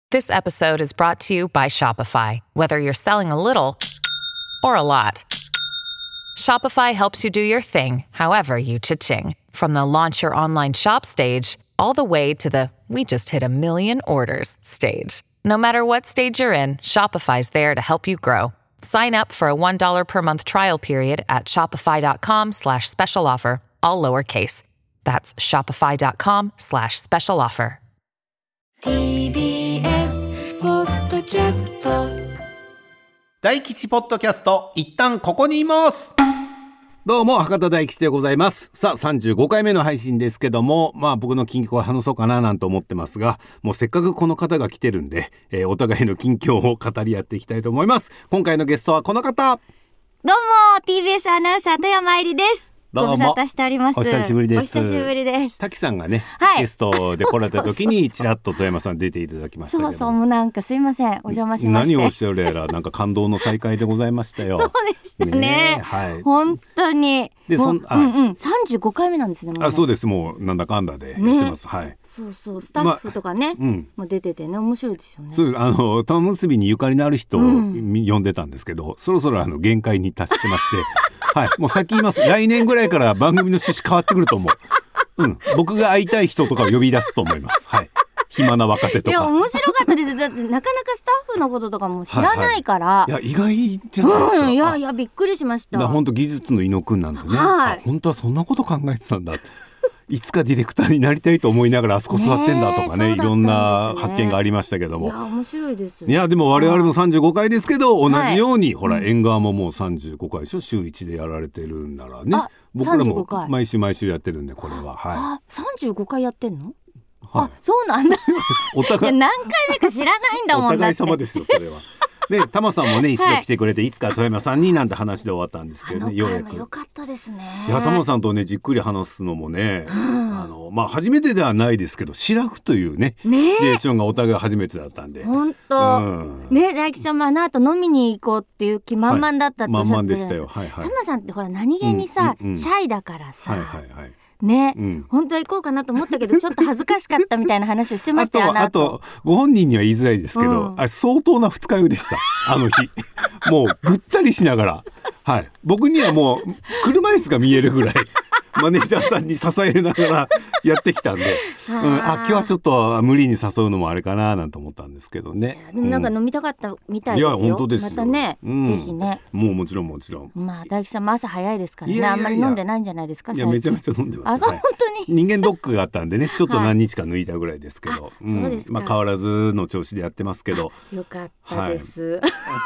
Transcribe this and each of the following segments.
This episode is brought to you by Shopify. Whether you're selling a little or a lot, Shopify helps you do your thing, however you cha-ching. From the launch your online shop stage, all the way to the we just hit 1 million orders stage. No matter what stage you're in, Shopify's there to help you grow. Sign up for a $1 per month trial period at shopify.com/special offer, all lowercase. That's shopify.com/special offer. TBS ポッドキャスト大吉ポッドキャスト、一旦ここにいます。どうも博多大吉でございます。さあ35回目の配信ですけども、僕の近況を話そうかななんて思ってますが、もうせっかくこの方が来てるんで、お互いの近況を語り合っていきたいと思います。今回のゲストはこの方。 どうも TBS アナウンサー富山えりです。 どうもご無沙汰しております。 お久しぶりです。 お久しぶりです。 滝さんがね、 はいゲストで来られた時にちらっと富山さん出ていただきましたけど、 そうもうなんかすいません、お邪魔しまして。 何をおっしゃるやら、なんか感動の再会でございましたよ。 そうでしたね。 はい。 本当にでもう35回目なんですね。もうねそうです。もうなんだかんだでやってます。はい。 そうスタッフとかね、もう出ててね、面白いですよね。 そう玉結びにゆかりのある人を呼んでたんですけど、そろそろ限界に達してましてはい、もう先言います。来年ぐらいから番組の趣旨変わってくると思う。僕が会いたい人とかを呼び出すと思います。はい。暇な若手とか。 いや面白かったです。だってなかなかスタッフのこととかも知らないから、 いや意外じゃないですか。 いやびっくりしました。 本当技術の伊野くんなんでね、本当はそんなこと考えてたんだ。いつかディレクターになりたいと思いながらあそこ座ってんだとかね、いろんな発見がありましたけども。 いや面白いです。 いやでも我々も35回ですけど、同じように、ほら縁側ももう35回でしょ。週1でやられてるんならね、僕らも毎週やってるんで、これは 35回やってんの？そうなんだお互い何回目か知らないんだもん。 お互い様ですよそれは。でタマさんもね一度来てくれて、いつか富山さんになんて話で終わったんですけどね。 ようやく良かったですね。 いやタマさんとねじっくり話すのもね、初めてではないですけど、シラフというねシチュエーションがお互い初めてだったんで、 本当、ね、大吉さんもあの後飲みに行こうっていう気満々だったっておっしゃってたじゃないですか。タマさんってほら何気にさ、シャイだからさ、ね、本当は行こうかなと思ったけどちょっと恥ずかしかったみたいな話をしてましたよ。 あとご本人には言いづらいですけど、あれ相当な二日酔いでしたあの日もうぐったりしながら、僕にはもう車椅子が見えるぐらいマネージャーさんに支えながらやってきたんで、今日はちょっと無理に誘うのもあれかななんて思ったんですけどね。 でもなんか飲みたかったみたいですよ。 いや本当ですよ。 またね、ぜひね。 もちろん大吉さんも朝早いですからね。あんまり飲んでないんじゃないですか。 いやめちゃめちゃ飲んでます。 本当に人間ドックがあったんでね、ちょっと何日か抜いたぐらいですけど、 そうですか。 変わらずの調子でやってますけど。 よかったです、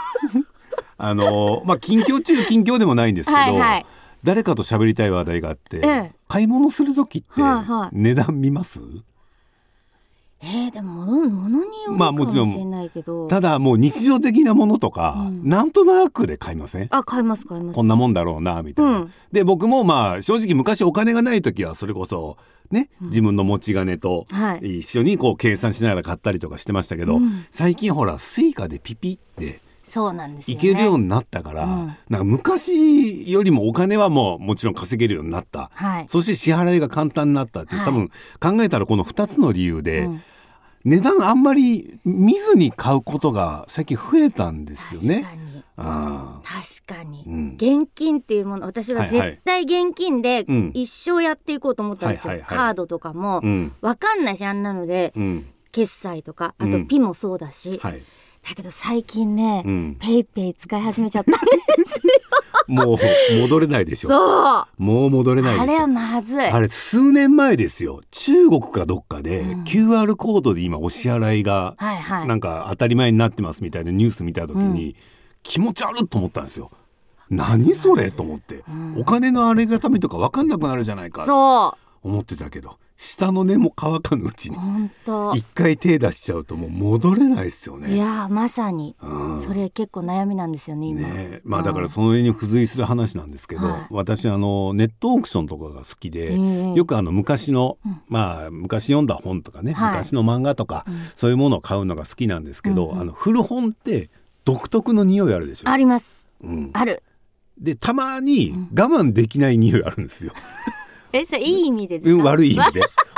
近況中近況でもないんですけど、誰かと喋りたい話題があって、買い物する時って値段見ます？ でも物によるかもしれないけど、 ただもう日常的なものとか、なんとなくで買いません？ 買います。こんなもんだろうなみたいな、で僕も正直昔お金がない時はそれこそね、自分の持ち金と一緒にこう計算しながら買ったりとかしてましたけど、最近ほらスイカでピピってそうなんですよね、 いけるようになったから、なんか昔よりもお金はもちろん稼げるようになった、そして支払いが簡単になったっていう、多分考えたらこの2つの理由で、値段あんまり見ずに買うことが最近増えたんですよね。 確かに、現金っていうもの、私は絶対現金で一生やっていこうと思ったんですよ。カードとかも分かんないし、あんなので、決済とかあとピもそうだし、だけど最近ね、ペイペイ使い始めちゃったんですよもう戻れないでしょ。もう戻れないですよ。 あれはまずい。 あれ数年前ですよ。中国かどっかで、QR コードで今お支払いがなんか当たり前になってますみたいなニュース見た時に、気持ち悪いと思ったんですよ。何それと思って、お金のあれがためとか分かんなくなるじゃないかと思ってたけど、下の根も乾かぬうちに一回手出しちゃうともう戻れないですよね。 いやまさに、それ結構悩みなんですよね今。 だからその上に付随する話なんですけど、私ネットオークションとかが好きで、よく昔の、昔読んだ本とかね、昔の漫画とか、そういうものを買うのが好きなんですけど、古本って独特の匂いあるでしょ。 あります、ある。 でたまに我慢できない匂いあるんですよ、 それいい意味でですか？ 悪い意味で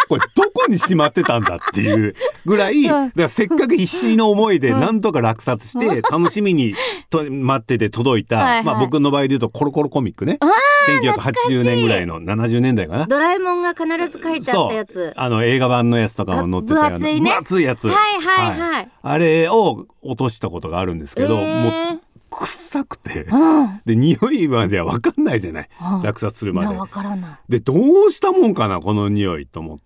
これどこにしまってたんだっていうぐらい、だからせっかく必死の思いでなんとか落札して楽しみに待ってて届いた、まあ、僕の場合で言うとコロコロコミックね、1980年ぐらいの70年代かな、 ドラえもんが必ず書いてあったやつ、 映画版のやつとかも載ってたような分厚いやつ、あれを落としたことがあるんですけど、もう臭くて、で匂いまでは分かんないじゃない、落札するまで。 分からない。 でどうしたもんかなこの匂いと思って、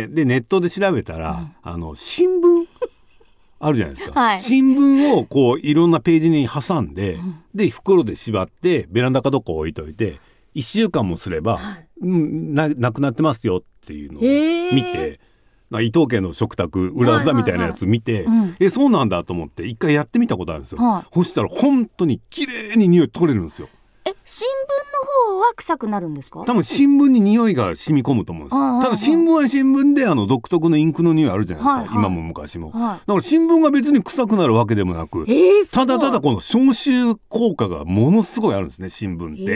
でネットで調べたら、新聞あるじゃないですか、新聞をこういろんなページに挟んで、で袋で縛ってベランダかどっか置いといて1週間もすれば、なくなってますよっていうのを見て、伊藤家の食卓裏技みたいなやつ見て、そうなんだと思って一回やってみたことあるんですよ、そしたら本当に綺麗に匂い取れるんですよ。 新聞の方は臭くなるんですか？ 多分新聞に匂いが染み込むと思うんです、ただ新聞は新聞で独特のインクの匂いあるじゃないですか、今も昔も、だから新聞が別に臭くなるわけでもなく、ただただこの消臭効果がものすごいあるんですね、新聞って。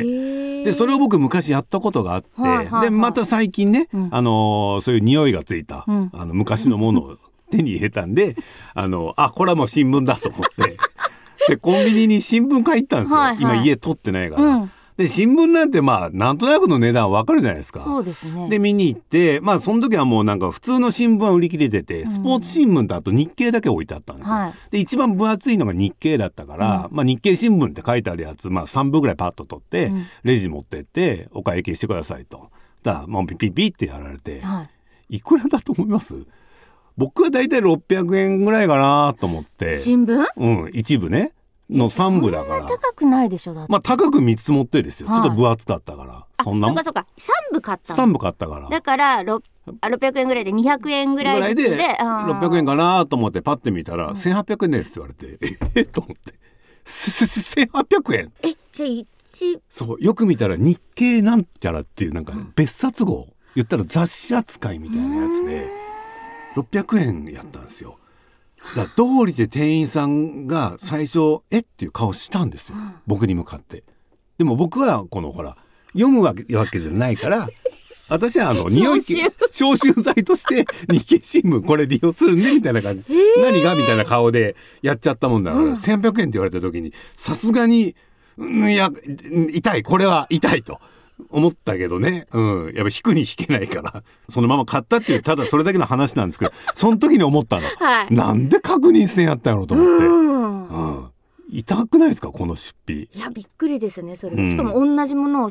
でそれを僕昔やったことがあって、でまた最近ね、そういう匂いがついた、昔のものを手に入れたんでこれはもう新聞だと思ってでコンビニに新聞買いに行ったんですよ、今家取ってないから、で新聞なんてまあなんとなくの値段わかるじゃないですか。 そうですね。 で見に行って、まあその時はもうなんか普通の新聞は売り切れてて、スポーツ新聞とあと日経だけ置いてあったんですよ、で一番分厚いのが日経だったから、まあ、日経新聞って書いてあるやつ、まあ、3部ぐらいパッと取って、レジ持ってってお会計してくださいと。だからもうピッピッピッってやられて、いくらだと思います？僕はだいたい600円ぐらいかなと思って。 新聞？ 一部ねの3部だから。 そんな高くないでしょ。だってまあ高く見積もってですよ、ちょっと分厚かったから。 そんなもん。そうか3部買ったの。 3部買ったから。 だから600円ぐらいで200円ぐらいずつで 600円かなと思ってパッて見たら、1800円ですって言われてと思って1800円。 じゃあそうよく見たら日経なんちゃらっていうなんか、別冊号言ったら雑誌扱いみたいなやつで600円やったんですよ。だから通りで店員さんが最初っていう顔したんですよ、僕に向かって。でも僕はこのほら読むわけじゃないから私は匂い消臭剤として日経新聞これ利用するんでみたいな感じ、何がみたいな顔でやっちゃったもんだから、1800円って言われた時にさすがにいや痛い、これは痛いと思ったけどね、やっぱ引くに引けないからそのまま買ったっていうただそれだけの話なんですけど、その時に思ったの、なんで確認せんやったんやろうと思って、痛くないですかこの出費。 いやびっくりですねそれ、しかも同じものを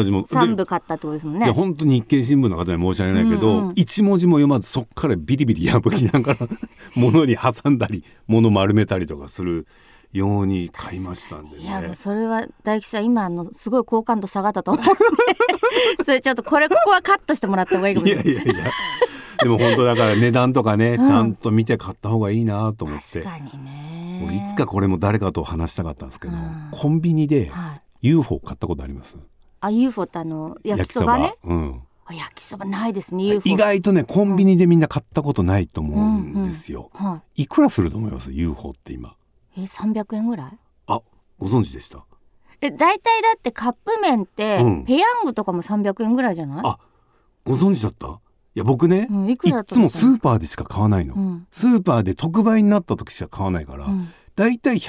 3部買ったってことですもんね。 本当に日経新聞の方に申し訳ないけど、一文字も読まずそっからビリビリ破きながら物に挟んだり物丸めたりとかするように買いましたんでね。 いやそれは大吉さん今すごい好感度下がったと思ってそれちょっとここはカットしてもらった方がいいかもしれない。 いやでも本当だから値段とかね、ちゃんと見て買った方がいいなと思って。 確かにね。 俺いつかこれも誰かと話したかったんですけど、コンビニで UFO 買ったことあります？ UFO って焼きそばね。焼きそばないですね。 UFO 意外とねコンビニでみんな買ったことないと思うんですよ、いくらすると思います？ UFO って今 300円ぐらい。 ご存知でした？ 大体だってカップ麺って、ペヤングとかも300円ぐらいじゃない？ ご存知だった？いや僕ね、いつもスーパーでしか買わないの、スーパーで特売になった時しか買わないから、だいたい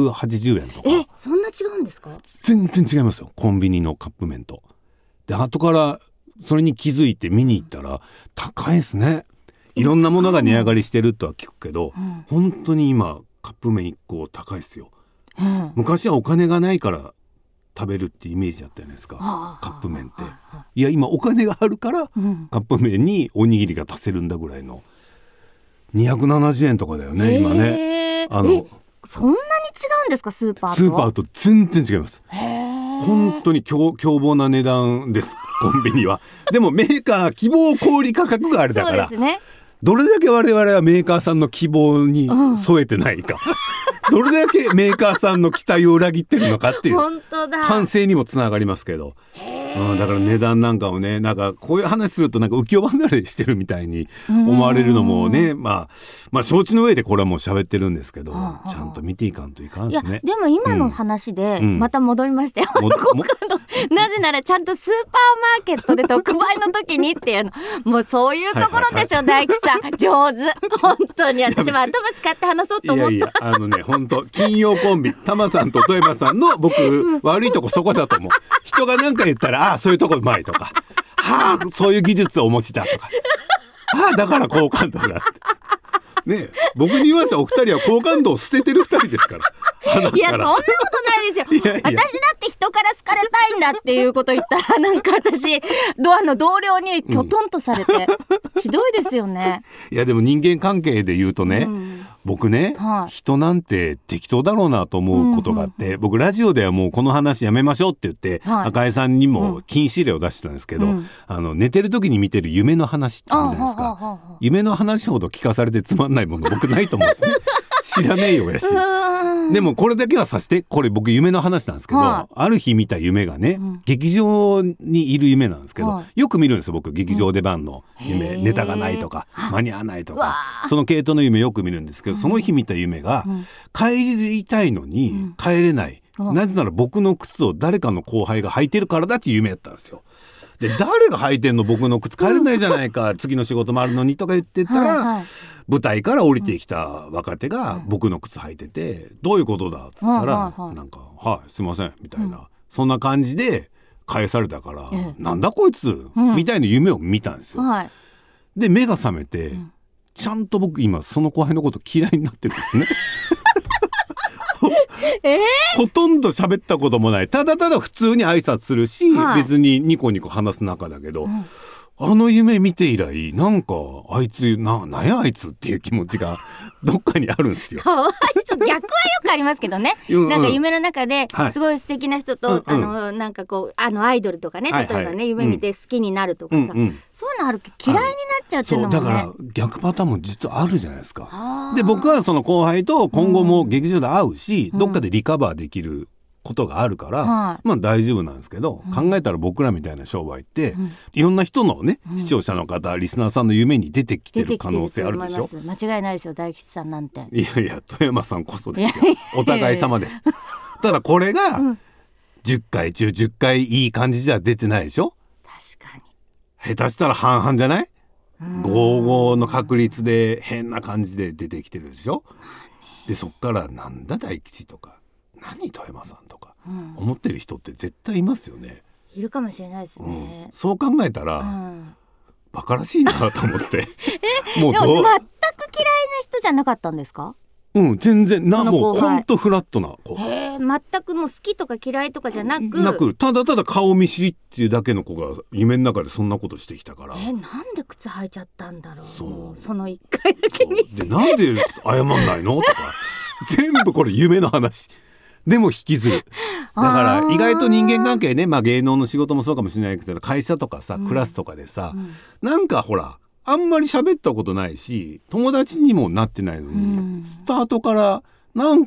180円とか。 そんな違うんですか？ 全然違いますよコンビニのカップ麺と。で後からそれに気づいて見に行ったら、高いですね。いろんなものが値上がりしてるとは聞くけど、本当に今カップ麺1個高いですよ、昔はお金がないから食べるってイメージだったじゃないですか、カップ麺って。いや今お金があるから、カップ麺におにぎりが足せるんだぐらいの270円とかだよね、今ね。 そんなに違うんですか？スーパーと全然違います。本当に凶暴な値段ですコンビニは。でもメーカー希望小売価格があれだから、 そうですね、 どれだけ我々はメーカーさんの希望に添えてないか、どれだけメーカーさんの期待を裏切ってるのかっていう本当だ、 反省にもつながりますけど、 だから値段なんかをね、なんかこういう話するとなんか浮世離れしてるみたいに思われるのもね、まあ承知の上でこれはもう喋ってるんですけど、ちゃんと見ていかんといかんですね。 いやでも今の話でまた戻りましたよ、なぜならちゃんとスーパーマーケットで特売の時にっていうのもうそういうところですよ、大吉さん上手。本当に私は頭使って話そうと思った。 いや本当金曜コンビタマさんと富山さんの僕悪いとこそこだと思う。人が何か言ったらそういうとこうまいとかそういう技術をお持ちだとかだから好感度だってね、僕に言わせたお二人は好感度を捨ててる二人ですから。 いやそんなことないですよ。私だって人から好かれたいんだっていうこと言ったらなんか私同僚にきょとんとされて、ひどいですよね。 いやでも人間関係で言うとね、僕ね、人なんて適当だろうなと思うことがあって、僕ラジオではもうこの話やめましょうって言って、赤江さんにも禁止令を出したんですけど、寝てる時に見てる夢の話ってあるじゃないですか。夢の話ほど聞かされてつまんないもの僕ないと思うんですね。知らねえよやし。でもこれだけはさして、これ僕夢の話なんですけど、ある日見た夢がね、劇場にいる夢なんですけど、よく見るんですよ僕。劇場出番の夢、ネタがないとか間に合わないとか、その系統の夢よく見るんですけど、その日見た夢が、帰りたいのに帰れない、なぜなら僕の靴を誰かの後輩が履いてるからだっていう夢やったんですよ。で誰が履いてんの僕の靴、帰れないじゃないか、次の仕事もあるのにとか言ってたら、舞台から降りてきた若手が僕の靴履いてて、どういうことだって言ったら、なんかはいすいませんみたいな、そんな感じで返されたから、なんだこいつ、みたいな夢を見たんですよ。で目が覚めて、ちゃんと僕今その後輩のこと嫌いになってるんですね。ほとんど喋ったこともない、ただただ普通に挨拶するし、別にニコニコ話す仲だけど、あの夢見て以来なんかあいつなんやあいつっていう気持ちがどっかにあるんですよ。 かわいそう。逆はよくありますけどね、なんか夢の中ですごい素敵な人と、なんかこうアイドルとかね、例えばね、夢見て好きになるとかさ、そういうのあるけど嫌いになっちゃうっていうのもね。 そうだから逆パターンも実はあるじゃないですか。で僕はその後輩と今後も劇場で会うし、どっかでリカバーできることがあるから、まあ大丈夫なんですけど、考えたら僕らみたいな商売って、いろんな人のね、視聴者の方リスナーさんの夢に出てきてる可能性あるでしょ。 間違いないですよ大吉さんなんて。 いやいや富山さんこそですよ。お互い様です。ただこれが10回中10回いい感じじゃ出てないでしょ。 確かに下手したら半々じゃない。55の確率で変な感じで出てきてるでしょ。でそっからなんだ大吉とか何富山さんとか思ってる人って絶対いますよね。 いるかもしれないですね。 そう考えたら、バカらしいなと思ってもうでも全く嫌いな人じゃなかったんですか。 全然もうほんとフラットな子。 全くもう好きとか嫌いとかじゃなくただただ顔見知りっていうだけの子が夢の中でそんなことしてきたから、 なんで靴履いちゃったんだろう。その1回だけにでなんで謝んないのとか全部これ夢の話でも引きずる。だから意外と人間関係ね、芸能の仕事もそうかもしれないけど、会社とかさ、クラスとかでさ、なんかほらあんまり喋ったことないし友達にもなってないのに、スタートからなん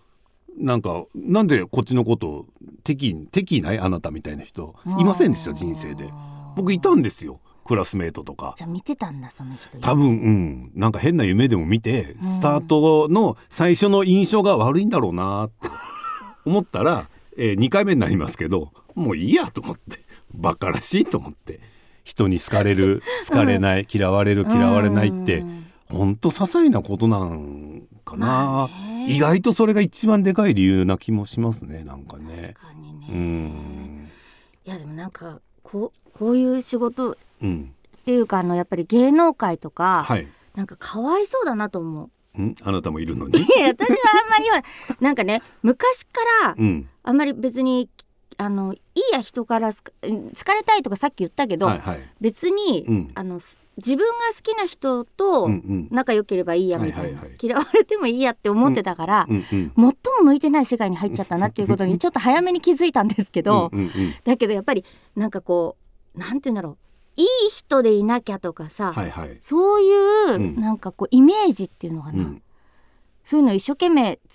でこっちのこと敵いないあなたみたいな人いませんでした。人生で僕いたんですよ、クラスメートとか。 じゃあ見てたんだその人。 多分なんか変な夢でも見て、スタートの最初の印象が悪いんだろうなって思ったら、2回目になりますけどもういいやと思って、バカらしいと思って、人に好かれる好かれない、嫌われる嫌われないってほんと些細なことなんかな、意外とそれが一番でかい理由な気もしますね。なんかね。 確かにね。いやでもなんかこういう仕事っていうかやっぱり芸能界とか、なんかかわいそうだなと思う。 あなたもいるのに。 私はあんまりなんかね、昔からあんまり別にいいや人から好かれたいとかさっき言ったけど、別に、自分が好きな人と仲良ければいいやみたいな、嫌われてもいいやって思ってたから、最も向いてない世界に入っちゃったなっていうことにちょっと早めに気づいたんですけど、だけどやっぱりなんかこうなんて言うんだろう、いい人でいなきゃとかさ、そういうなんかこうイメージっていうのかな、そういうのを一生懸命作っ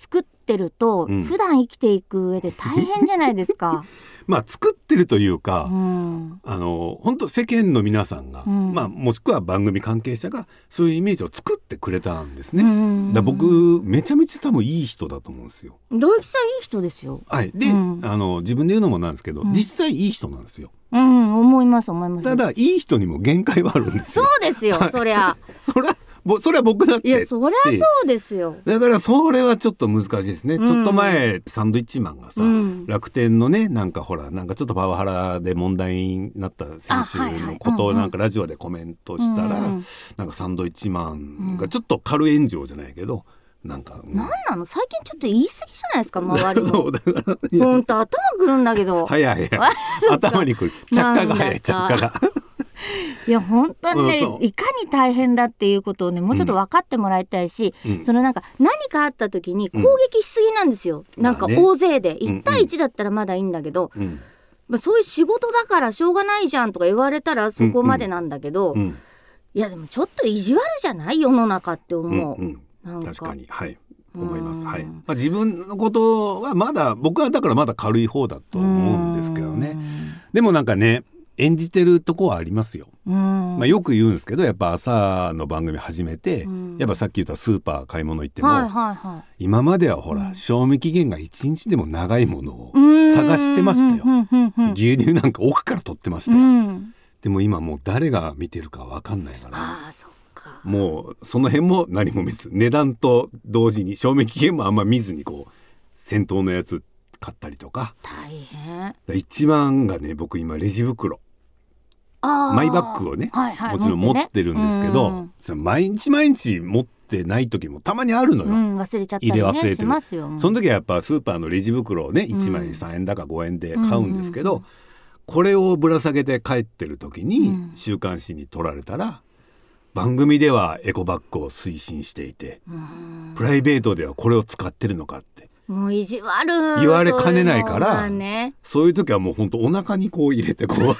ってると、普段生きていく上で大変じゃないですか。 まあ作ってるというか、本当世間の皆さんが、もしくは番組関係者がそういうイメージを作ってくれたんですね。だ僕めちゃめちゃ多分いい人だと思うんですよ。 同一さんいい人ですよ。 はい。で、自分で言うのもなんですけど、実際いい人なんですよ。 思います。 ただいい人にも限界はあるんですよ。 そうですよ、そりゃそれは僕だって。 いや、そりゃそうですよ。 だからそれはちょっと難しいですね。ちょっと前サンドイッチマンがさ、楽天のねなんかほらなんかちょっとパワハラで問題になった選手のことをなんかラジオでコメントしたら、なんかサンドイッチマンがちょっと軽炎上じゃないけど、なんなの最近ちょっと言い過ぎじゃないですか、周りも。そうだからほんと頭くるんだけど。 早い頭にくる。着火が早い、着火が。 いや本当にね、いかに大変だっていうことをねもうちょっと分かってもらいたいし、そのなんか何かあった時に攻撃しすぎなんですよ、なんか大勢で1対1だったらまだいいんだけど、そういう仕事だからしょうがないじゃんとか言われたらそこまでなんだけど、いやでもちょっと意地悪じゃない世の中って思う。なんか確かに、はい、思います。はい。自分のことはまだ僕はだからまだ軽い方だと思うんですけどね。でもなんかね演じてるとこはありますよ。よく言うんですけど、やっぱ朝の番組始めて、やっぱさっき言ったスーパー買い物行っても、今まではほら、賞味期限が1日でも長いものを探してましたよ。牛乳なんか奥から取ってましたよ。でも今もう誰が見てるか分かんないから、もうその辺も何も見ず、値段と同時に賞味期限もあんま見ずにこう先頭のやつ買ったりとか。 大変。 一番がね、僕今レジ袋、マイバッグをね、もちろん持ってるんですけど、毎日持ってない時もたまにあるのよ。 忘れちゃったりね、入れ忘れてる。しますよ。 その時はやっぱスーパーのレジ袋をね1枚3円だか5円で買うんですけど、これをぶら下げて帰ってる時に週刊誌に取られたら、番組ではエコバッグを推進していて、プライベートではこれを使ってるのかってもう意地悪言われかねないから、そういう時はもう本当お腹にこう入れてこう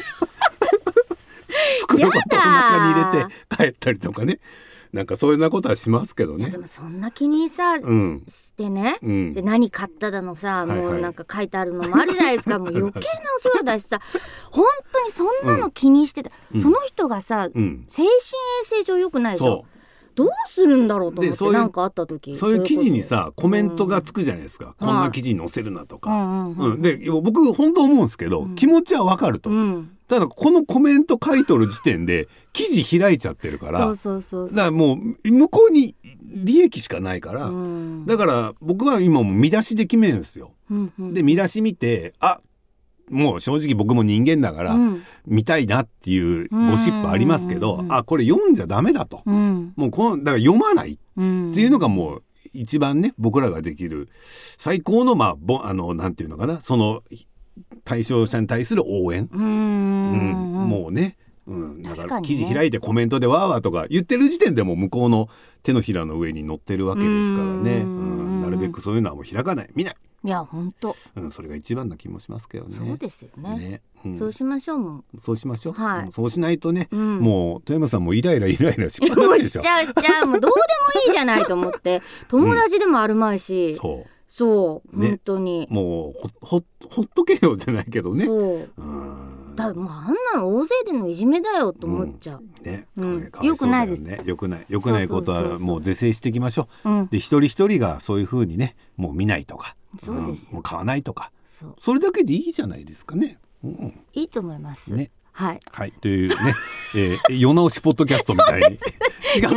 袋ごとお腹に入れて帰ったりとかね、なんかそういうようなことはしますけどね。いやでもそんな気にさ、してね、で何買っただのさ、もうなんか書いてあるのもあるじゃないですか。もう余計なお世話だしさ、本当にそんなの気にしてた、その人がさ、精神衛生上良くないでしょ。どうするんだろうと思って、なんかあった時そういう記事にさコメントがつくじゃないですか、こんな記事に載せるなとか、で僕本当思うんですけど、気持ちはわかると、ただこのコメント書いとる時点で記事開いちゃってるから、だからもう向こうに利益しかないから、だから僕は今も見出しで決めるんですよ。で見出し見て、もう正直僕も人間だから見たいなっていうゴシップありますけど、これ読んじゃダメだと、もうだから読まないっていうのがもう一番ね、僕らができる最高のなんていうのかな、その対象者に対する応援。もうね、だから記事開いてコメントでわーわーとか言ってる時点でも向こうの手のひらの上に乗ってるわけですからね。なるべくそういうのはもう開かない、見ない。 いや本当、 それが一番な気もしますけどね。 そうですよね。そうしましょう。もうそうしましょう。そうしないとね、もう富山さんもイライラしっぱなしでしょ。 しちゃうもうどうでもいいじゃないと思って友達でもあるまいし、そう本当にもうほっとけよじゃないけどね。 だもうあんなの大勢でのいじめだよと思っちゃう。よくないですね。よくないことはもう是正していきましょう。で一人一人がそういう風にね、もう見ないとか、もう買わないとか、それだけでいいじゃないですかね。 いいと思いますね。はいというね、世直しポッドキャストみたいに違うんですよ。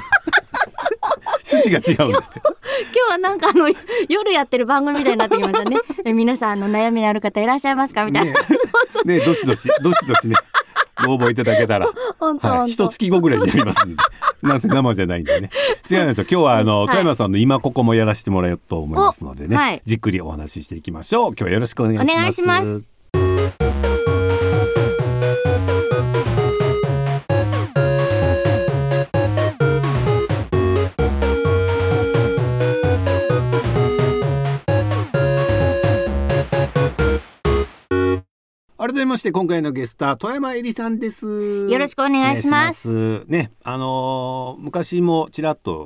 趣旨が違うんですよ。 今日はなんか夜やってる番組みたいになってきましたね。皆さん悩みのある方いらっしゃいますかみたいな。 ねどしどしねご応募いただけたら、一月後ぐらいにやりますんで、なんせ生じゃないんでね。違うんですよ。今日は富山さんの今ここもやらせてもらえると思いますのでね、じっくりお話ししていきましょう。今日はよろしくお願いします。 お願いします。 改めまして今回のゲストは富山えりさんです。 よろしくお願いします。 ね、昔もちらっと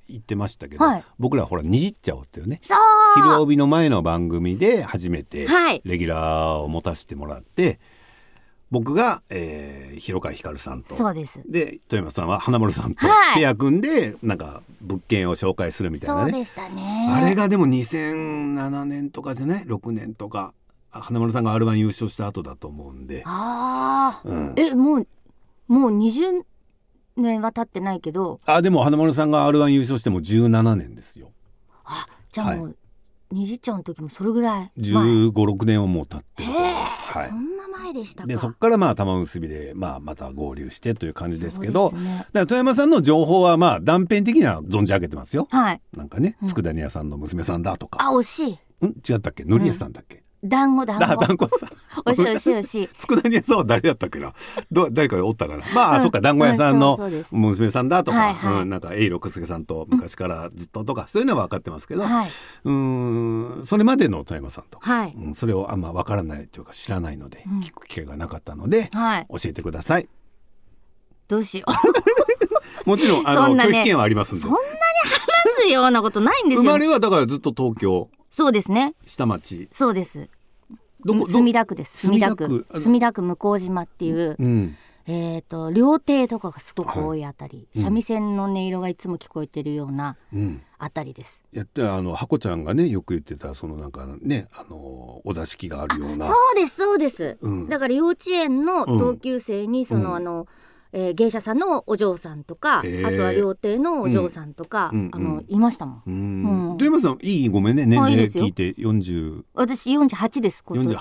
言ってましたけど、僕らほらにじっちゃおうっていうね、 そう昼帯の前の番組で初めてレギュラーを持たせてもらって、僕が、広川ひかるさんと、 そうです。 で富山さんは花丸さんとペア組んでなんか物件を紹介するみたいなね。 そうでしたね。 あれがでも2007年とかじゃない6年とか、花丸さんが R1 優勝した後だと思うんで。 もう20年は経ってないけど、 でも花丸さんが R1 優勝しても17年ですよ。 じゃあもう、にじっちゃんの時もそれぐらい 15、6年はもう経ってると思います。 そんな前でしたか。 でそっから玉結びで、また合流してという感じですけど、だから富山さんの情報は断片的には存じ上げてますよ。なんかね、佃煮屋さんの娘さんだとか。 惜しい。 違ったっけ、のり屋さんだっけ、 団子さん惜しい佃煮屋さんは誰だったっけな、誰かでおったかな。そっか、団子屋さんの娘さんだとか、なんか永六輔さんと昔からずっととか、そういうのは分かってますけど、それまでの富山さんとか、それをあんま分からないというか知らないので、聞く機会がなかったので、教えてください。 どうしようもちろん拒否権はありますんで。 そんなに話すようなことないんですよ。 生まれはだからずっと東京。 そうですね。 下町。 そうです。墨田区です。墨田区向島っていう、料亭とかがすごく多いあたり、三味線の音色がいつも聞こえてるようなあたりです。 ハコちゃんがねよく言ってたそのなんかねお座敷があるような。 そうです、だから幼稚園の同級生にその、芸者さんのお嬢さんとか、あとは料亭のお嬢さんとか、いましたもん。 富山さんごめんね、年齢聞いて40。 私48です。今年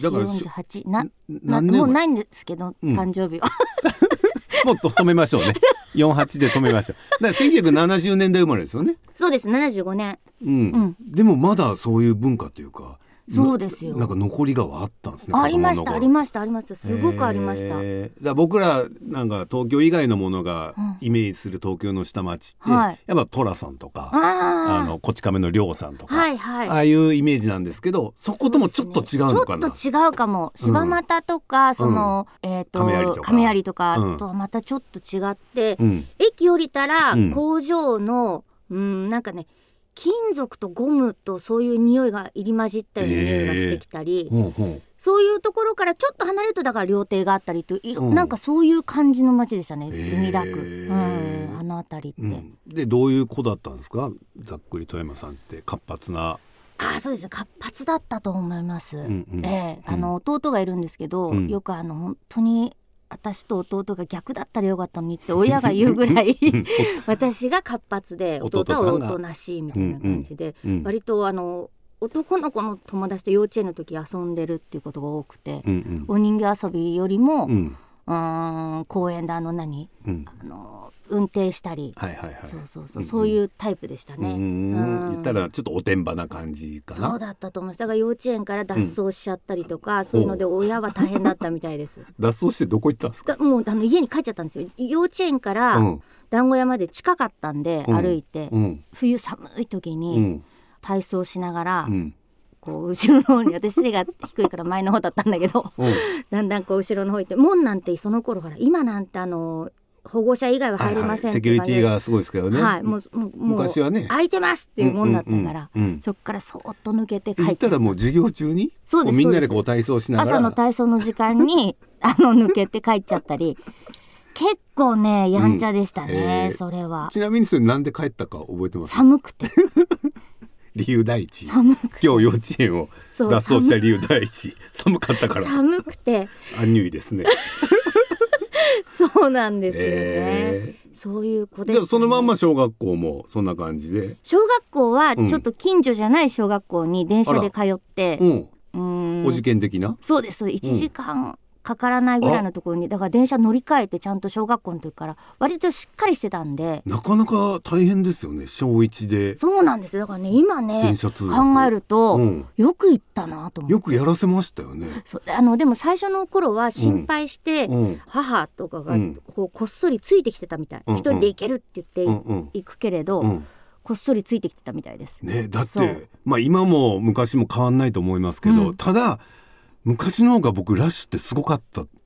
48。もうないんですけど、誕生日はもう止めましょうね。48で止めましょう。だから1970年代生まれですよね。 そうです、75年。 でもまだそういう文化というか、 そうですよ。 なんか残りがあったんですね。 ありました。すごくありました。 だ僕らなんか東京以外のものがイメージする東京の下町って、やっぱ寅さんとかこち亀の亮さんとか、ああいうイメージなんですけど、そこともちょっと違うのかな。 ちょっと違うかも。柴又とかその亀有とかとはまたちょっと違って、駅降りたら工場のなんかね、金属とゴムとそういう匂いが入り混じったような匂いがしてきたり、そういうところからちょっと離れるとだから料亭があったりとなんかそういう感じの街でしたね、墨田区、あの辺りって、 でどういう子だったんですか、ざっくり富山さんって。活発な。 そうですね、活発だったと思います。弟がいるんですけど、よく本当に私と弟が逆だったらよかったのにって親が言うぐらい私が活発で弟はおとなしいみたいな感じで、割と男の子の友達と幼稚園の時遊んでるっていうことが多くて、お人形遊びよりも、公園で運転したり、そういうタイプでしたね。 言ったらちょっとおてんばな感じかな。 そうだったと思います。だから幼稚園から脱走しちゃったりとか、そういうので親は大変だったみたいです。 脱走してどこ行ったんですか。 もう家に帰っちゃったんですよ。幼稚園から団子屋まで近かったんで、歩いて、冬寒い時に体操しながら、こう後ろの方に、私背が低いから前の方だったんだけどだんだんこう後ろの方行って、門なんてその頃から、今なんて保護者以外は入れませんって、 セキュリティがすごいですけどね。 もう昔はね、 空いてますっていうもんだったから、そっからそーっと抜けて帰って。 行ったらもう授業中にみんなでこう体操しながら、 朝の体操の時間に抜けて帰っちゃったり結構ねやんちゃでしたね、それは。 ちなみにそれなんで帰ったか覚えてますか。 寒くて理由第一。今日幼稚園を脱走した理由第一。寒かったから。 寒くて。 アンニュイですね。 そうなんですよね。そういう子でしたね。 そのまんま小学校もそんな感じで。 小学校はちょっと近所じゃない小学校に電車で通って、 お受験的な。 そうです。1時間かからないぐらいのところに、だから電車乗り換えてちゃんと小学校の時から割としっかりしてたんで。 なかなか大変ですよね、小1で。 そうなんですよ。だからね今ね考えると、よく行ったなと思って。 よくやらせましたよね。 でも最初の頃は心配して、母とかがこっそりついてきてたみたい、一人で行けるって言って行くけれど、こっそりついてきてたみたいですね。だって今も昔も変わんないと思いますけど、ただ昔の方が僕ラッシュってすごかった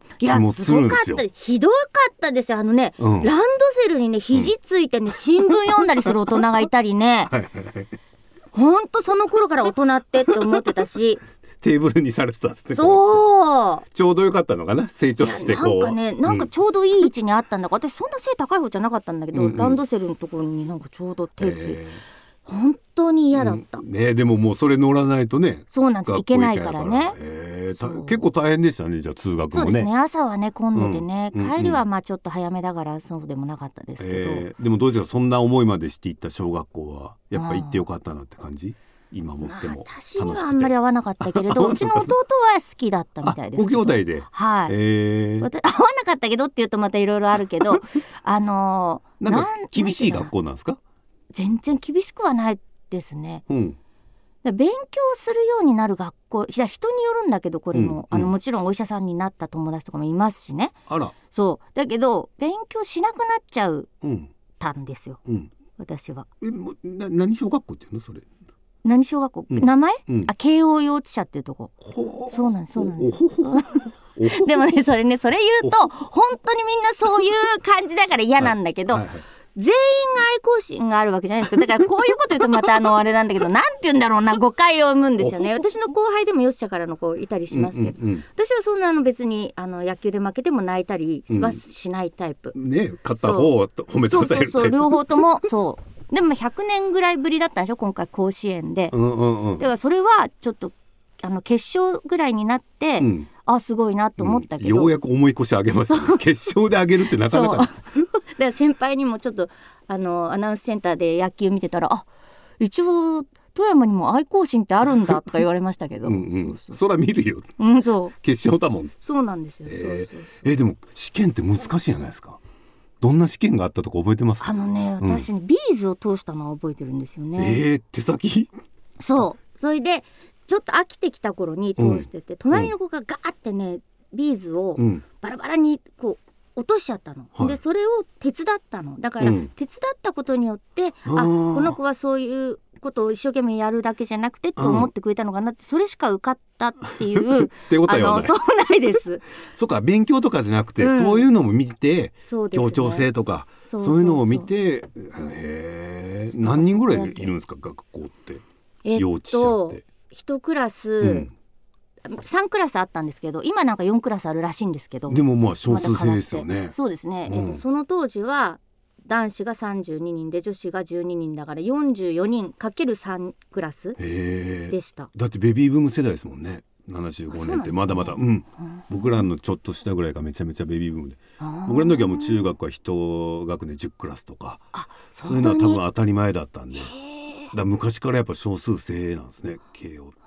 気もするんですよ。 いやすごかった、ひどかったですよ。ランドセルにね肘ついてね、新聞読んだりする大人がいたりねほんとその頃から大人って思ってたしテーブルにされてたんですね。 そうちょうどよかったのかな、成長してこう。 なんかね、なんかちょうどいい位置にあったんだから、私そんな背高い方じゃなかったんだけど、ランドセルのところになんかちょうど手ついて、本当に嫌だった、 ね。でももうそれ乗らないとね、 そうなんです、いけないからね。 結構大変でしたね。じゃあ通学もね。 そうですね、朝はね混んでてね、帰りはまあちょっと早めだからそうでもなかったですけど、 でもどうですか、そんな思いまでしていった小学校はやっぱ行ってよかったなって感じ。今持っても楽しくて、 私にはあんまり合わなかったけれどうちの弟は好きだったみたいですけど。 ご兄弟で、 はい、合わなかったけどって言うとまたいろいろあるけどなんか厳しい学校なんですか。 全然厳しくはないですね、勉強するようになる学校、いや人によるんだけどこれも、もちろんお医者さんになった友達とかもいますしね。 あら、 そうだけど勉強しなくなっちゃうたんですよ、私は。 何小学校っていうのそれ。 何小学校、名前、慶応幼稚舎っていうとこ。そうなんですそうなんですでもねそれ言うと本当にみんなそういう感じだから嫌なんだけど、全員が愛好心があるわけじゃないですか。だからこういうこと言うとまたあれなんだけどなんて言うんだろうな、誤解を生むんですよね。私の後輩でも幼稚舎からの子いたりしますけど、私はそんな別に野球で負けても泣いたりはしないタイプ、 ね、勝った方を褒めてください。 そう両方ともそうでも100年ぐらいぶりだったんでしょ今回甲子園で、だからそれはちょっと決勝ぐらいになって、すごいなと思ったけど、 ようやく重い腰上げましたね。決勝で上げるってなかなかですだから先輩にもちょっとアナウンスセンターで野球見てたら一応富山にも愛好心ってあるんだとか言われましたけどそら見るよ、そう決勝だもん。 そうなんですよ、 でも試験って難しいじゃないですか。どんな試験があったとか覚えてます？ 私ね、ビーズを通したのは覚えてるんですよね。 手先？ そうそれでちょっと飽きてきた頃に通してて、隣の子がガーってねビーズをバラバラにこう落としちゃったの、でそれを手伝ったのだから、手伝ったことによってこの子はそういうことを一生懸命やるだけじゃなくてと思ってくれたのかなって、それしか受かったっていうってことは言わない。 そうないですそうか、勉強とかじゃなくて、そういうのも見て、協調性とかそういうのを見て、何人ぐらいいるんですか学校って、幼稚舎って。1クラス、3クラスあったんですけど今なんか4クラスあるらしいんですけど、 でもまあ少数制ですよね。 そうですね、その当時は男子が32人で女子が12人だから44人 ×3 クラスでした。 だってベビーブーム世代ですもんね。75年ってまだまだ、僕らのちょっと下ぐらいがめちゃめちゃベビーブームで、僕らの時はもう中学は1学年10クラスとか、そういうのは多分当たり前だったんで、だ昔からやっぱ少数制なんですね慶応って。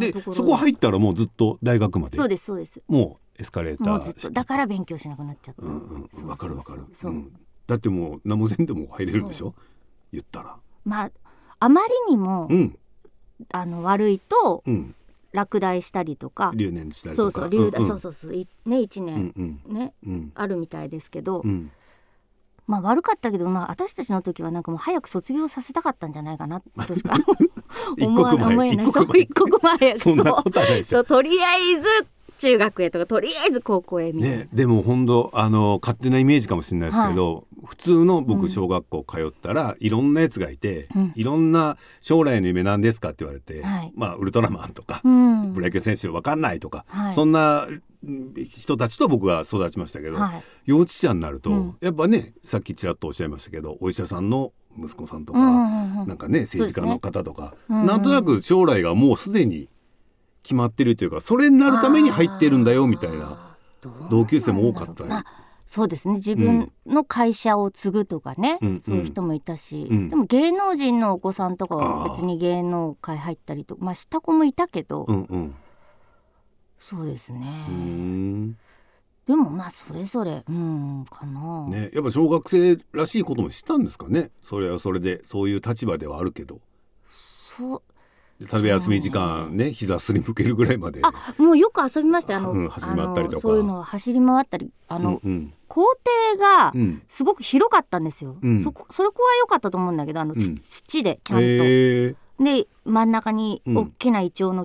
でそこ入ったらもうずっと大学まで。 そうですそうです。 もうエスカレーターもうずっとだから勉強しなくなっちゃった。 わかるわかる。だってもう何もせんでも入れるんでしょ言ったら。 まああまりにも、悪いと、落第したりとか留年したりとか、 そう留年、そうね1年、ね、あるみたいですけど、まあ悪かったけど、私たちの時はなんかもう早く卒業させたかったんじゃないかなとしか思えない。そう一刻も早くそんなことはないでしょ。 とりあえず中学へとかとりあえず高校へみたいな、 でも本当勝手なイメージかもしれないですけど、普通の僕小学校通ったら、いろんなやつがいて、いろんな将来の夢なんですかって言われて、ウルトラマンとか、プロ野球選手わかんないとか、そんな人たちと僕が育ちましたけど、幼稚舎になると、やっぱねさっきちらっとおっしゃいましたけど、お医者さんの息子さんとか、なんかね政治家の方とか、なんとなく将来がもうすでに決まってるというか、それになるために入ってるんだよみたいな同級生も多かったり。 そうですね、自分の会社を継ぐとかね、そういう人もいたし、でも芸能人のお子さんとかは別に芸能界入ったりとか、した子もいたけど、そうですね。でもそれぞれかな、 ね、やっぱ小学生らしいこともしたんですかね。それはそれでそういう立場ではあるけど、食べ休み時間ね、膝すりむけるぐらいまでもうよく遊びましたよ。 走り回ったりとか、 そういうのは走り回ったり、校庭がすごく広かったんですよ、そこは良かったと思うんだけど、土でちゃんと、で真ん中に大きなイチョウの木があっ 、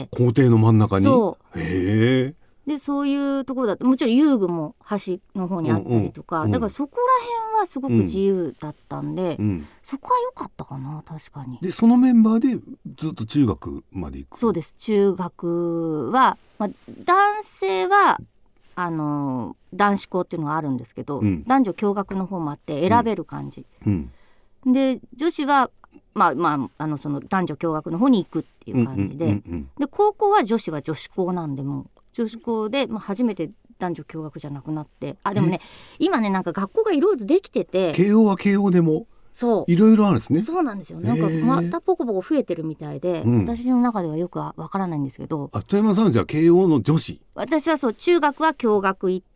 校庭の真ん中に。 そうへえ。 でそういうところだともちろん遊具も端の方にあったりとか、だからそこら辺はすごく自由だったんで、そこは良かったかな。確かに。 でそのメンバーでずっと中学まで行く。 そうです。中学は、男性は男子校っていうのがあるんですけど、男女共学の方もあって選べる感じ、で女子はその男女共学の方に行くっていう感じで、で高校は女子は女子校なんで、もう女子校で、初めて男女共学じゃなくなって、でもね今ねなんか学校がいろいろできてて、 慶応は慶応でもいろいろあるんですね。 そうなんですよ。なんかまたポコポコ増えてるみたいで、私の中ではよくわからないんですけど。 富山さんじゃあ慶応の女子。 私はそう中学は共学行って、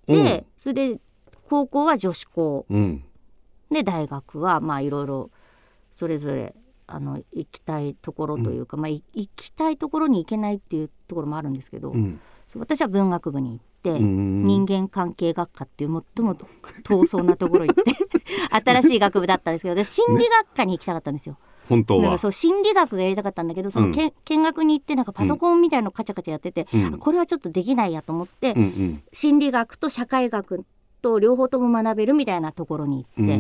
それで高校は女子校、で大学はいろいろそれぞれ行きたいところというか、行きたいところに行けないっていうところもあるんですけど、私は文学部に行って、人間関係学科っていう最も遠そうなところ行って新しい学部だったんですけど、私心理学科に行きたかったんですよ。 本当はなんかそう心理学がやりたかったんだけど、その見学に行ってなんかパソコンみたいなのカチャカチャやってて、これはちょっとできないやと思って、心理学と社会学と両方とも学べるみたいなところに行って、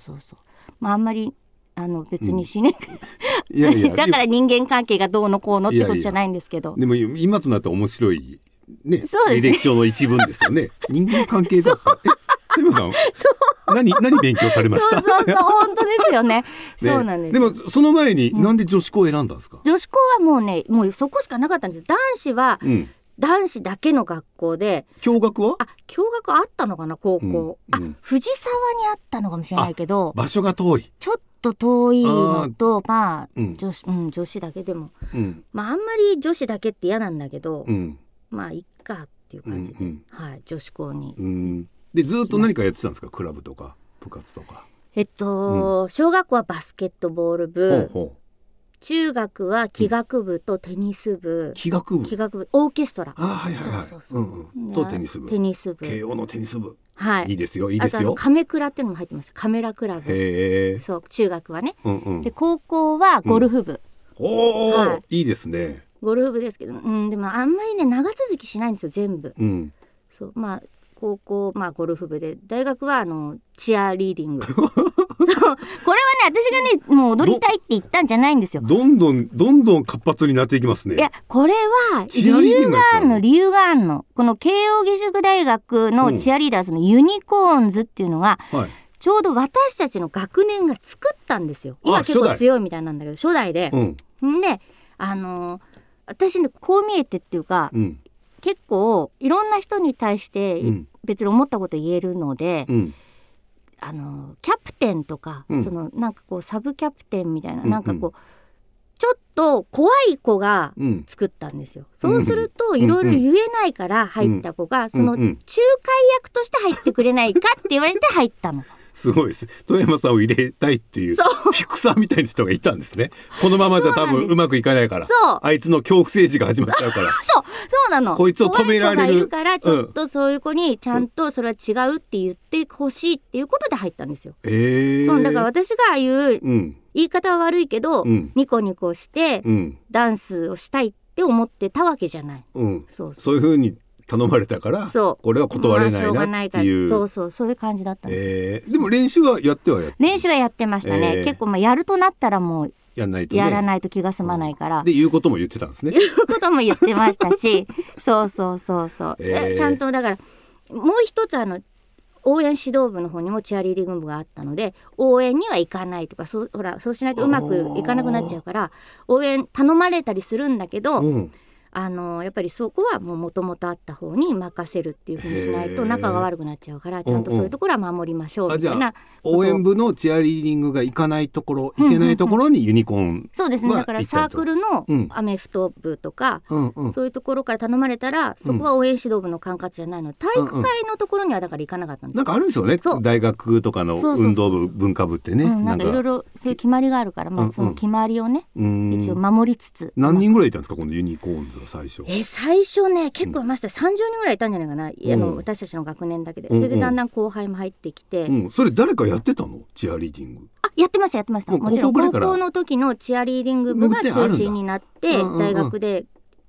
あんまり別にしね、だから人間関係がどうのこうのってことじゃないんですけど、 でも今となって面白いね、履歴書の一文ですよね。人間関係学科。富山さん何勉強されました？ そう本当ですよね。そうなんです。 でもその前になんで女子校を選んだんですか？ 女子校はもうそこしかなかったんです。男子は、男子だけの学校で。 共学は？ 共学あったのかな高校、藤沢にあったのかもしれないけど、 場所が遠い。 ちょっと遠いのと女子だけでも、あんまり女子だけって嫌なんだけど、いっかっていう感じで、女子校に。 でずっと何かやってたんですか？クラブとか部活とか。 小学校はバスケットボール部、中学は気学部とテニス部。気学部オーケストラ。 とテニス部。慶応のテニス部。いいですよいいですよ。 あとカメクラっていうのも入ってました。カメラクラブ。そう中学はね、で高校はゴルフ部。 いいですね。 ゴルフ部ですけど、でもあんまりね長続きしないんですよ全部。そう高校ゴルフ部で、大学はチアリーディング。そうこれはね私がねもう踊りたいって言ったんじゃないんですよ。 どんどん活発になっていきますね。 いやこれは理由があんの。この慶応義塾大学のチアリーダーズのユニコーンズっていうのが、ちょうど私たちの学年が作ったんですよ。今結構強いみたいなんだけど初代で、で私ねこう見えてっていうか、結構いろんな人に対して別に思ったこと言えるので、キャプテンとか、なんかこうサブキャプテンみたいな、なんかこうちょっと怖い子が作ったんですよ。そうするといろいろ言えないから入った子が、その仲介役として入ってくれないかって言われて入ったの。 すごいです。富山さんを入れたいっていうフィクサーみたいな人がいたんですね。このままじゃ多分うまくいかないから、あいつの恐怖政治が始まっちゃうから。 そうなの。こいつを止められる。怖い子がいるからちょっとそういう子にちゃんとそれは違うって言ってほしいっていうことで入ったんですよ。そうだから私が言う、言い方は悪いけど、ニコニコして、ダンスをしたいって思ってたわけじゃない。 そういう風に頼まれたから、これは断れないなっていう、 そういう感じだったんですよ。 でも練習はやってましたね。結構やるとなったらもうやらないと気が済まないから、 で言うことも言ってたんですね。 言うことも言ってましたしそうちゃんとだからもう一つ応援指導部の方にもチアリーディング部があったので、応援には行かないとか、そうしないとうまくいかなくなっちゃうから応援頼まれたりするんだけど、やっぱりそこはもともとあった方に任せるっていう風にしないと仲が悪くなっちゃうから、ちゃんとそういうところは守りましょうみたいな。 応援部のチアリーディングが行かないところ、行けないところにユニコーン。 そうですね。だからサークルのアメフト部とか、そういうところから頼まれたら、そこは応援指導部の管轄じゃないので、体育会のところにはだから行かなかったんです。 なんかあるんですよね。大学とかの運動部、文化部ってね、 なんかいろいろそういう決まりがあるから、その決まりをね、一応守りつつ。 何人ぐらいいたんですか、このユニコーンズが最初。 最初ね結構いました。30人ぐらいいたんじゃないかな、私たちの学年だけで。それでだんだん後輩も入ってきて、 それ誰かやってたの？チアリーディング。 やってましたもちろん高校の時のチアリーディング部が中心になって、大学で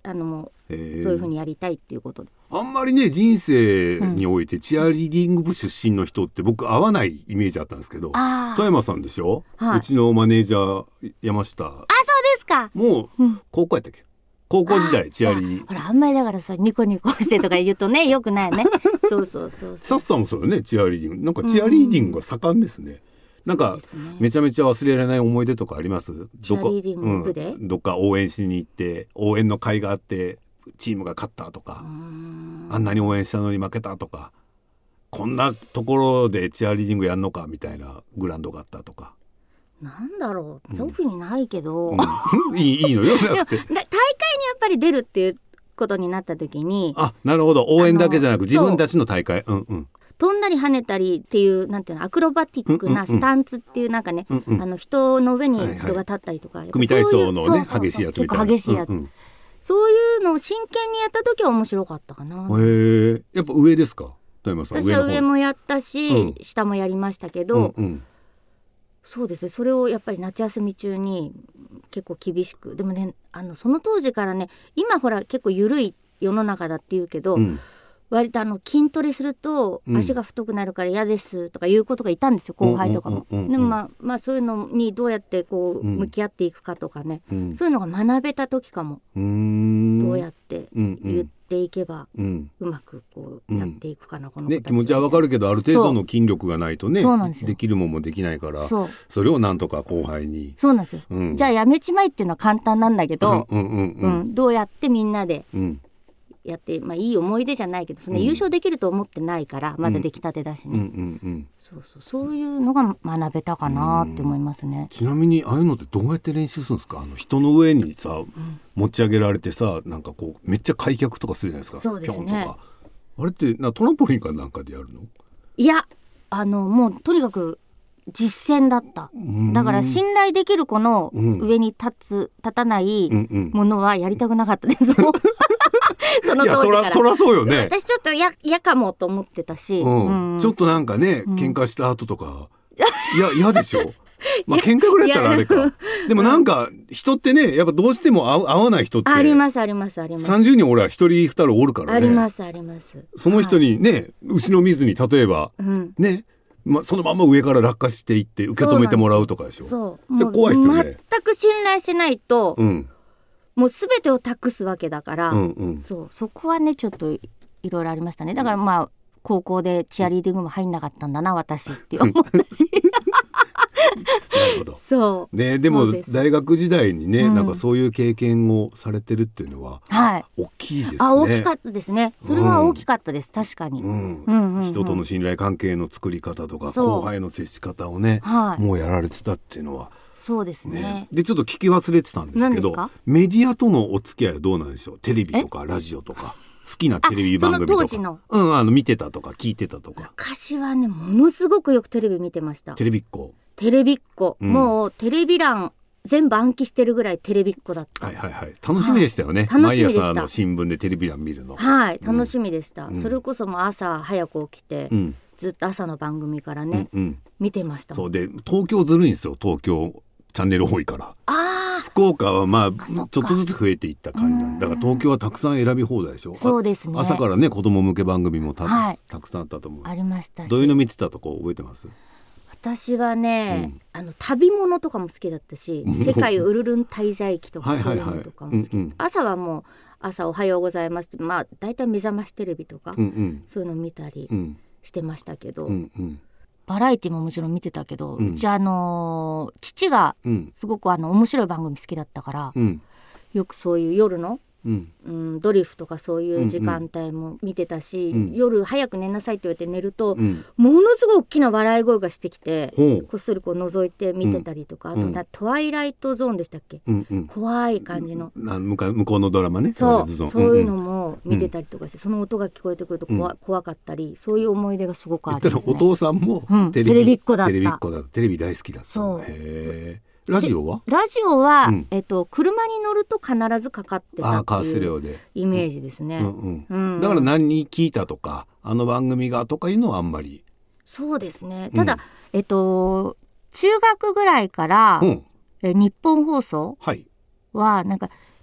もうそういうふうにやりたいっていうことで。 あんまりね人生においてチアリーディング部出身の人って僕合わないイメージあったんですけど、富山さんでしょ、はい、うちのマネージャー山下。 そうですか。 もう、高校やったっけ、高校時代チアリー。 ほらあんまりだからさニコニコしてとか言うとねよくないよねそうサッさんもそうよね、チアリーディング。なんかチアリーディングが盛んですね。なんか、めちゃめちゃ忘れられない思い出とかあります？ チアリーディング部で、 どっか応援しに行って応援の会があってチームが勝ったとか、あんなに応援したのに負けたとか、こんなところでチアリーディングやんのかみたいなグラウンドがあったとか。 なんだろう、特にないけど、 いいのよ。大会にやっぱり出るっていうことになった時に、 なるほど、応援だけじゃなく自分たちの大会、 飛んだり跳ねたりっていうなんていうのアクロバティックなスタンツっていうなんかね、人の上に人が立ったりとか、 組体操のね激しいやつみたいな、 結構激しいやつ、そういうのを真剣にやった時は面白かったかな。 やっぱ上ですか、富山さん。 私は上もやったし、下もやりましたけど、そうですね、それをやっぱり夏休み中に結構厳しく、でもねその当時からね、今ほら結構緩い世の中だって言うけど、割と筋トレすると足が太くなるから嫌ですとかいうことがいたんですよ、後輩とかも。でもまあそういうのにどうやってこう向き合っていくかとかね、そういうのが学べた時かも。どうやって言っていけばうまくこうやっていくかな、この子たちはね。 気持ちはわかるけどある程度の筋力がないとねできるもんもできないから、それをなんとか後輩に。 そうなんですよ、じゃあやめちまいっていうのは簡単なんだけど、どうやってみんなでやって、いい思い出じゃないけど、その優勝できると思ってないから、まだ出来たてだしね、そういうのが学べたかなって思いますね。 ちなみにああいうのってどうやって練習するんですか？人の上にさ、持ち上げられてさ、なんかこうめっちゃ開脚とかするじゃないですか。 そうですね。 あれってトランポリンかなんかでやるの？ いやもうとにかく実践だった。だから信頼できる子の上に立たないものはやりたくなかったです、その当時から。 そらそうよね。 私ちょっと嫌かもと思ってたし、ちょっとなんかね、喧嘩した後とか嫌でしょ喧嘩ぐらいやったらあれか。でもなんか人ってね、やっぱどうしても合わない人ってあります 30人俺は1人2人おるからね。 ありますその人にね、後ろ見ずに例えばね、そのまま上から落下していって受け止めてもらうとかでしょ。 そう怖いですよね。 全く信頼しないと、もう全てを託すわけだから、そこはねちょっといろいろありましたね。だから高校でチアリーディングも入んなかったんだな私って思ったしなるほど。 そうね、でも大学時代にね、なんかそういう経験をされてるっていうのは大きいですね。 大きかったですね。それは大きかったです、確かに。 人との信頼関係の作り方とか後輩の接し方をね、もうやられてたっていうのは。 そうですね。 でちょっと聞き忘れてたんですけど、メディアとのお付き合いはどうなんでしょう？テレビとかラジオとか好きなテレビ番組とか、その当時の見てたとか聞いてたとか。 昔はねものすごくよくテレビ見てました。 テレビっ子、 もうテレビ欄全部暗記してるぐらいテレビっ子だった。 楽しみでしたよね。毎朝の新聞でテレビ欄見るの。 楽しみでした。それこそもう朝早く起きて、ずっと朝の番組からね、見てました。 そうで東京ずるいんですよ。東京チャンネル多いから。福岡はちょっとずつ増えていった感じなんだから、東京はたくさん選び放題でしょ。 そうですね。 朝からね子供向け番組もたくさんあったと思う。 ありましたし。 どういうの見てたとか覚えてます？ 私はね、旅物とかも好きだったし、世界ウルルン滞在記とかそういうのとかも好き。朝はもう朝おはようございますって、だいたい目覚ましテレビとか、そういうの見たりしてましたけど、バラエティももちろん見てたけど、うち父がすごく面白い番組好きだったから、よくそういう夜のドリフとかそういう時間帯も見てたし、夜早く寝なさいって言われて寝ると、ものすごい大きな笑い声がしてきて、こっそりこう覗いて見てたりとか、あとトワイライトゾーンでしたっけ、怖い感じの向こうのドラマね。 そういうのも見てたりとかして、その音が聞こえてくると怖かったり、そういう思い出がすごくありますね。 お父さんもテレビっ子だった。 テレビ大好きだった。 そう。 ラジオは、 車に乗ると必ずかかってたっていうイメージですね。 だから何聞いたとか番組がとかいうのはあんまり。 そうですね。ただ、中学ぐらいから、日本放送はなんか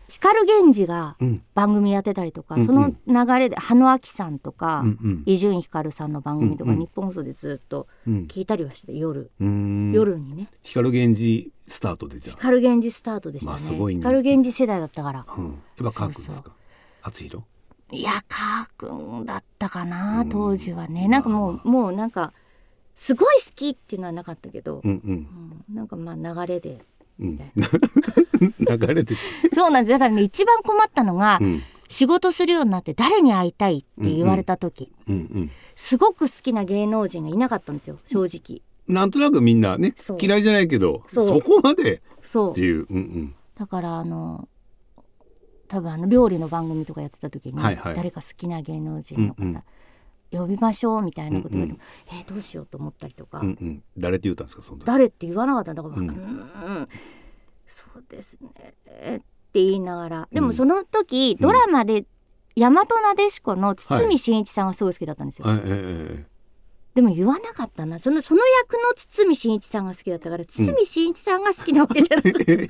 光源氏が番組やってたりとか、その流れで羽野明さんとか伊集院光さんの番組とか日本放送でずっと聞いたりはして、夜にね。 光源氏スタートでじゃあ光源氏スタートでしたね、 すごいね。 光源氏世代だったから、 やっぱカー君ですか？厚弘？ いやカー君だったかな、当時はね。なんかもうなんかすごい好きっていうのはなかったけど、なんかまあ流れでみたいな流れてそうなんです。だからね、一番困ったのが、仕事するようになって誰に会いたいって言われた時、すごく好きな芸能人がいなかったんですよ、正直。 なんとなくみんなね、嫌いじゃないけど そこまでっていう、 だから多分料理の番組とかやってた時に、誰か好きな芸能人の方、呼びましょうみたいなこと言われても、どうしようと思ったりとか、 誰って言ったんですか？その時誰って言わなかったんだから、そうですねって言いながら、でもその時、ドラマで大和なでしこの堤真一さんがすごい好きだったんですよ、でも言わなかったな。その役の堤真一さんが好きだったから、堤真一さんが好きなわけじゃない、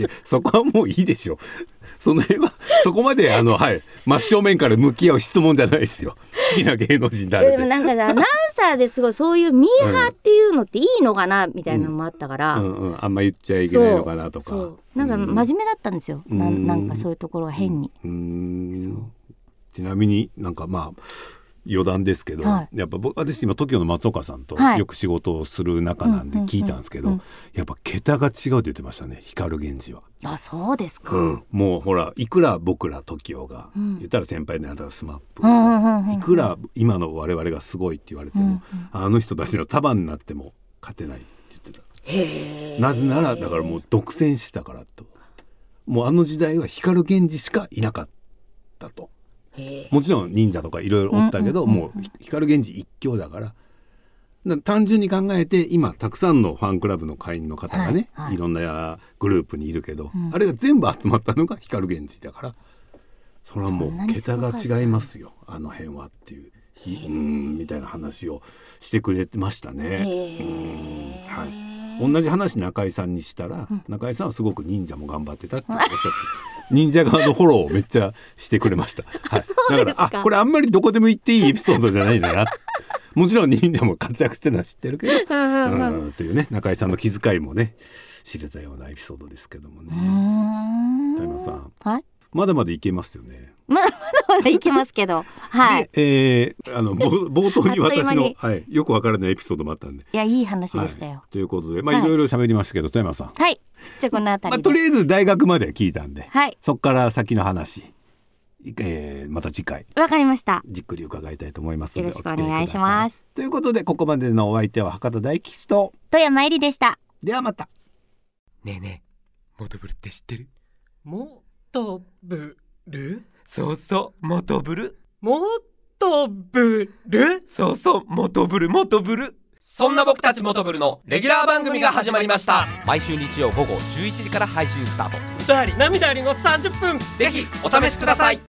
そこはもういいでしょ。その辺はそこまで真正面から向き合う質問じゃないですよ。好きな芸能人誰で。 でもなんかアナウンサーですごいそういうミーハーっていうのっていいのかなみたいなのもあったから、 あんま言っちゃいけないのかなとか。 なんか真面目だったんですよ、なんかそういうところが変に。 ちなみになんか余談ですけど、やっぱ私今 TOKIO の松岡さんとよく仕事をする仲なんで聞いたんですけど、やっぱ桁が違うって言ってましたね、光源氏は。 あ、そうですか、 もうほら、いくら僕ら TOKIO が、言ったら先輩であったら SMAP、いくら今の我々がすごいって言われても、あの人たちの束になっても勝てないって言ってた。なぜならだからもう独占してたからと。もうあの時代は光源氏しかいなかったと。もちろん忍者とかいろいろおったけど、もう光源氏一強だから。単純に考えて今たくさんのファンクラブの会員の方がね、いろんなグループにいるけど、あれが全部集まったのが光源氏だから、それはもう桁が違いますよ、あの辺はっていうみたいな話をしてくれてましたね。同じ話中井さんにしたら、中井さんはすごく忍者も頑張ってたっておっしゃって忍者側のフォローをめっちゃしてくれました、だからこれあんまりどこでも言っていいエピソードじゃないんだなもちろん忍者も活躍してるのは知ってるけどというね、中井さんの気遣いもね知れたようなエピソードですけどもね。田山さん、まだまだいけますよね。 まだいけますけど、 で、冒頭に私のよくわからないエピソードもあったんで、 いや、いい話でしたよ、 ということでいろいろ喋りましたけど、富山さん、 じゃあこのあたりで、 とりあえず大学まで聞いたんで、そこから先の話、また次回わかりました、 じっくり伺いたいと思いますので、 よろしくお願いします。 ということで、ここまでのお相手は博多大吉と富山えりでした。 ではまた。 ねえねえ、モトブルって知ってる？ モトブル？ そうそう、モトブル。 モトブル？ そうそう、モトブル、モトブル。そんな僕たちモトブルのレギュラー番組が始まりました。毎週日曜午後11時から配信スタート。 歌あり涙ありの30分、 ぜひお試しください。